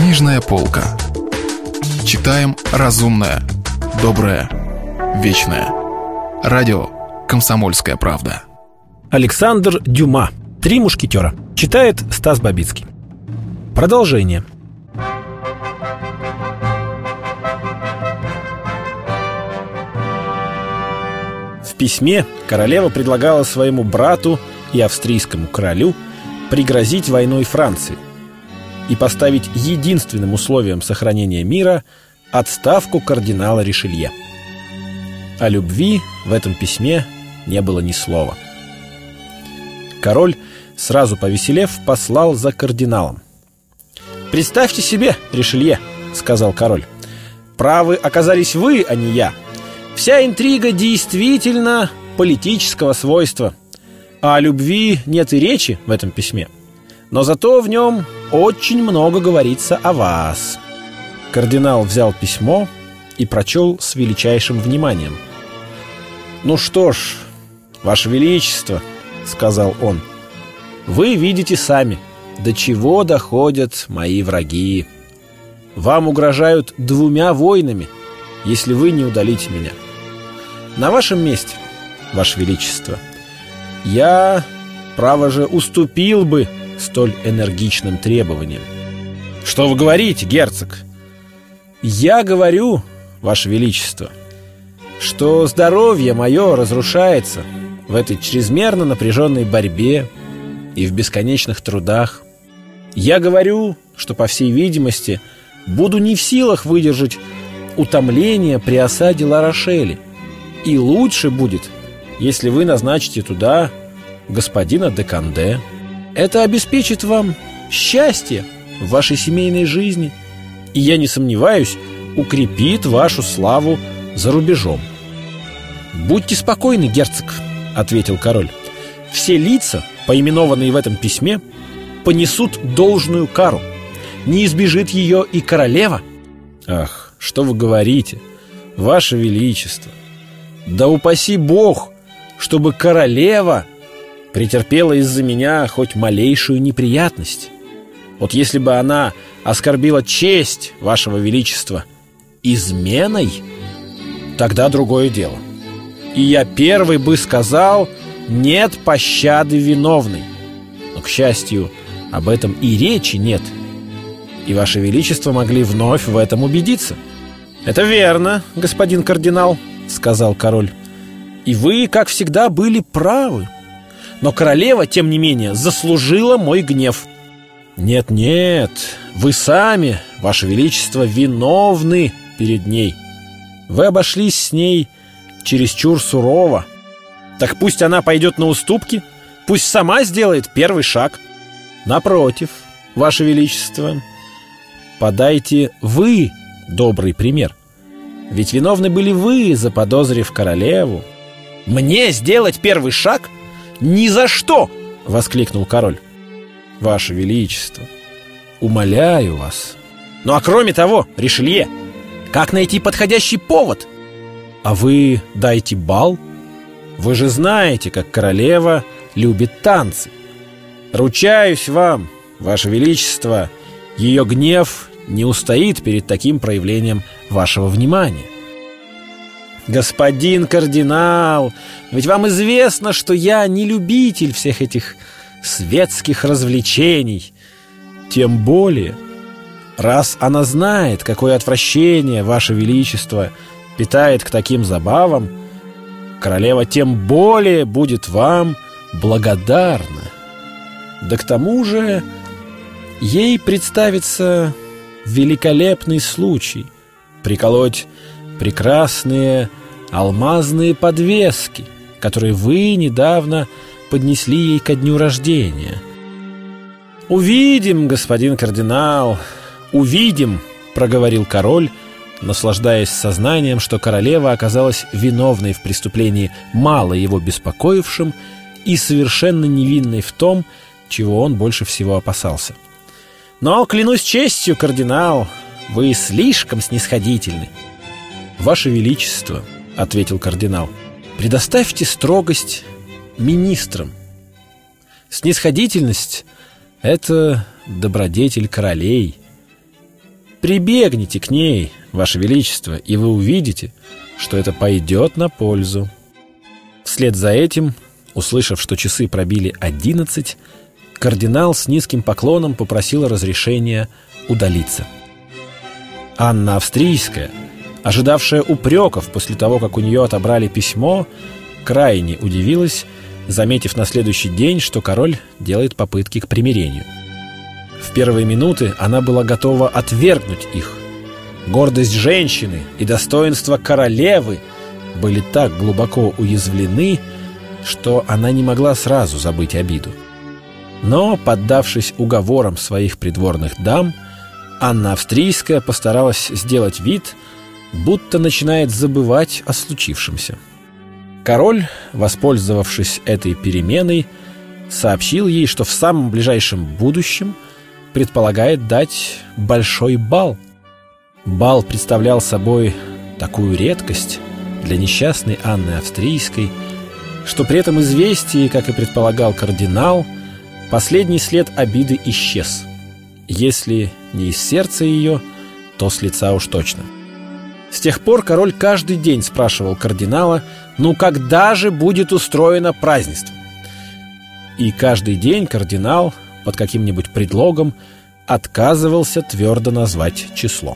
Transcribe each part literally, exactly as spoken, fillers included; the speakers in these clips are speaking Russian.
Книжная полка. Читаем разумное, доброе, вечное. Радио «Комсомольская правда». Александр Дюма. «Три мушкетера». Читает Стас Бабицкий. Продолжение. В письме королева предлагала своему брату и австрийскому королю пригрозить войной Франции и поставить единственным условием сохранения мира отставку кардинала Ришелье. О любви в этом письме не было ни слова. Король, сразу повеселев, послал за кардиналом. «Представьте себе, Ришелье, — сказал король, — правы оказались вы, а не я. Вся интрига действительно политического свойства, а о любви нет и речи в этом письме. Но зато в нем очень много говорится о вас». Кардинал взял письмо и прочел с величайшим вниманием. «Ну что ж, Ваше Величество, — сказал он, — вы видите сами, до чего доходят мои враги. Вам угрожают двумя войнами, если вы не удалите меня. На вашем месте, Ваше Величество, я, право же, уступил бы столь энергичным требованиям». «Что вы говорите, герцог?» «Я говорю, Ваше Величество, что здоровье мое разрушается в этой чрезмерно напряженной борьбе и в бесконечных трудах. Я говорю, что, по всей видимости, буду не в силах выдержать утомление при осаде Ла-Рошели, и лучше будет, если вы назначите туда господина де Канде. Это обеспечит вам счастье в вашей семейной жизни, и, я не сомневаюсь, укрепит вашу славу за рубежом». «Будьте спокойны, герцог, — ответил король. — Все лица, поименованные в этом письме, понесут должную кару. Не избежит ее и королева». «Ах, что вы говорите, Ваше Величество! Да упаси Бог, чтобы королева претерпела из-за меня хоть малейшую неприятность. Вот если бы она оскорбила честь Вашего Величества изменой, тогда другое дело. И я первый бы сказал: нет пощады виновной. Но, к счастью, об этом и речи нет, и Ваше Величество могли вновь в этом убедиться». «Это верно, господин кардинал, — сказал король, — и вы, как всегда, были правы. Но королева, тем не менее, заслужила мой гнев». «Нет-нет, вы сами, Ваше Величество, виновны перед ней. Вы обошлись с ней чересчур сурово. Так пусть она пойдет на уступки, пусть сама сделает первый шаг. Напротив, Ваше Величество, подайте вы добрый пример. Ведь виновны были вы, заподозрив королеву». «Мне сделать первый шаг? Ни за что!» — воскликнул король. «Ваше Величество, умоляю вас». «Ну а кроме того, Ришелье, как найти подходящий повод?» «А вы дайте бал. Вы же знаете, как королева любит танцы. Ручаюсь вам, Ваше Величество, ее гнев не устоит перед таким проявлением вашего внимания». «Господин кардинал, ведь вам известно, что я не любитель всех этих светских развлечений. Тем более, раз она знает, какое отвращение Ваше Величество питает к таким забавам, королева тем более будет вам благодарна. Да к тому же ей представится великолепный случай приколоть прекрасные алмазные подвески, которые вы недавно поднесли ей ко дню рождения. «Увидим, господин кардинал, увидим», — проговорил король, наслаждаясь сознанием, что королева оказалась виновной в преступлении, мало его беспокоившим, и совершенно невинной в том, чего он больше всего опасался. «Но, клянусь честью, кардинал, вы слишком снисходительны». «Ваше Величество, — ответил кардинал, — предоставьте строгость министрам. Снисходительность — это добродетель королей, Прибегните к ней, Ваше Величество, и вы увидите, что это пойдет на пользу». Вслед за этим, услышав, что часы пробили одиннадцать, кардинал с низким поклоном попросил разрешения удалиться. Анна Австрийская, ожидавшая упреков после того, как у нее отобрали письмо, крайне удивилась, заметив на следующий день, что король делает попытки к примирению. В первые минуты она была готова отвергнуть их. Гордость женщины и достоинство королевы были так глубоко уязвлены, что она не могла сразу забыть обиду. Но, поддавшись уговорам своих придворных дам, Анна Австрийская постаралась сделать вид, будто начинает забывать о случившемся. Король, воспользовавшись этой переменой, сообщил ей, что в самом ближайшем будущем предполагает дать большой бал. Бал представлял собой такую редкость для несчастной Анны Австрийской, что при этом известии, как и предполагал кардинал, последний след обиды исчез. Если не из сердца ее, то с лица уж точно. С тех пор король каждый день спрашивал кардинала, ну когда же будет устроено празднество? И каждый день кардинал под каким-нибудь предлогом отказывался твердо назвать число.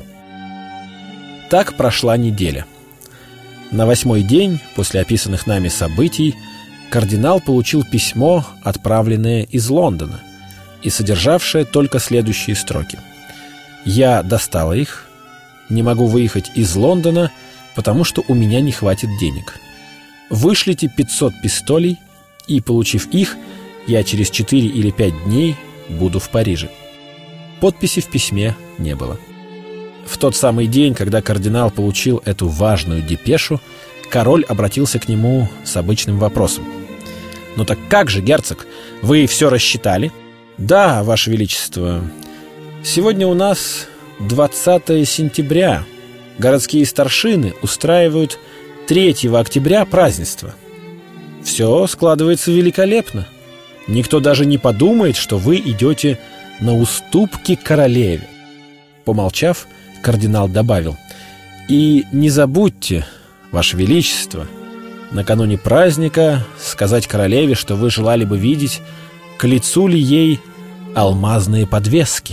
Так прошла неделя. На восьмой день после описанных нами событий кардинал получил письмо, отправленное из Лондона, и содержавшее только следующие строки. «Я достала их, не могу выехать из Лондона, потому что у меня не хватит денег. Вышлите пятьсот пистолей, и, получив их, я через четыре или пять дней буду в Париже». Подписи в письме не было. В тот самый день, когда кардинал получил эту важную депешу, король обратился к нему с обычным вопросом. «Ну так как же, герцог, вы все рассчитали?» «Да, Ваше Величество. Сегодня у нас двадцатое сентября. Городские старшины устраивают третьего октября празднество. Все складывается великолепно. Никто даже не подумает, что вы идете на уступки королеве». Помолчав, кардинал добавил: «И не забудьте, Ваше Величество, накануне праздника сказать королеве, что вы желали бы видеть, к лицу ли ей алмазные подвески».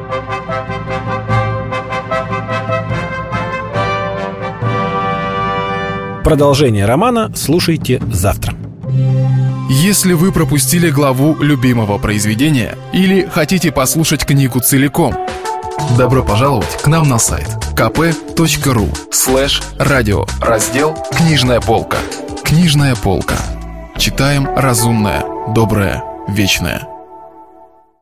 Продолжение романа слушайте завтра. Если вы пропустили главу любимого произведения или хотите послушать книгу целиком, добро пожаловать к нам на сайт kp.ru слэш радио, раздел «Книжная полка». Книжная полка. Читаем разумное, доброе, вечное.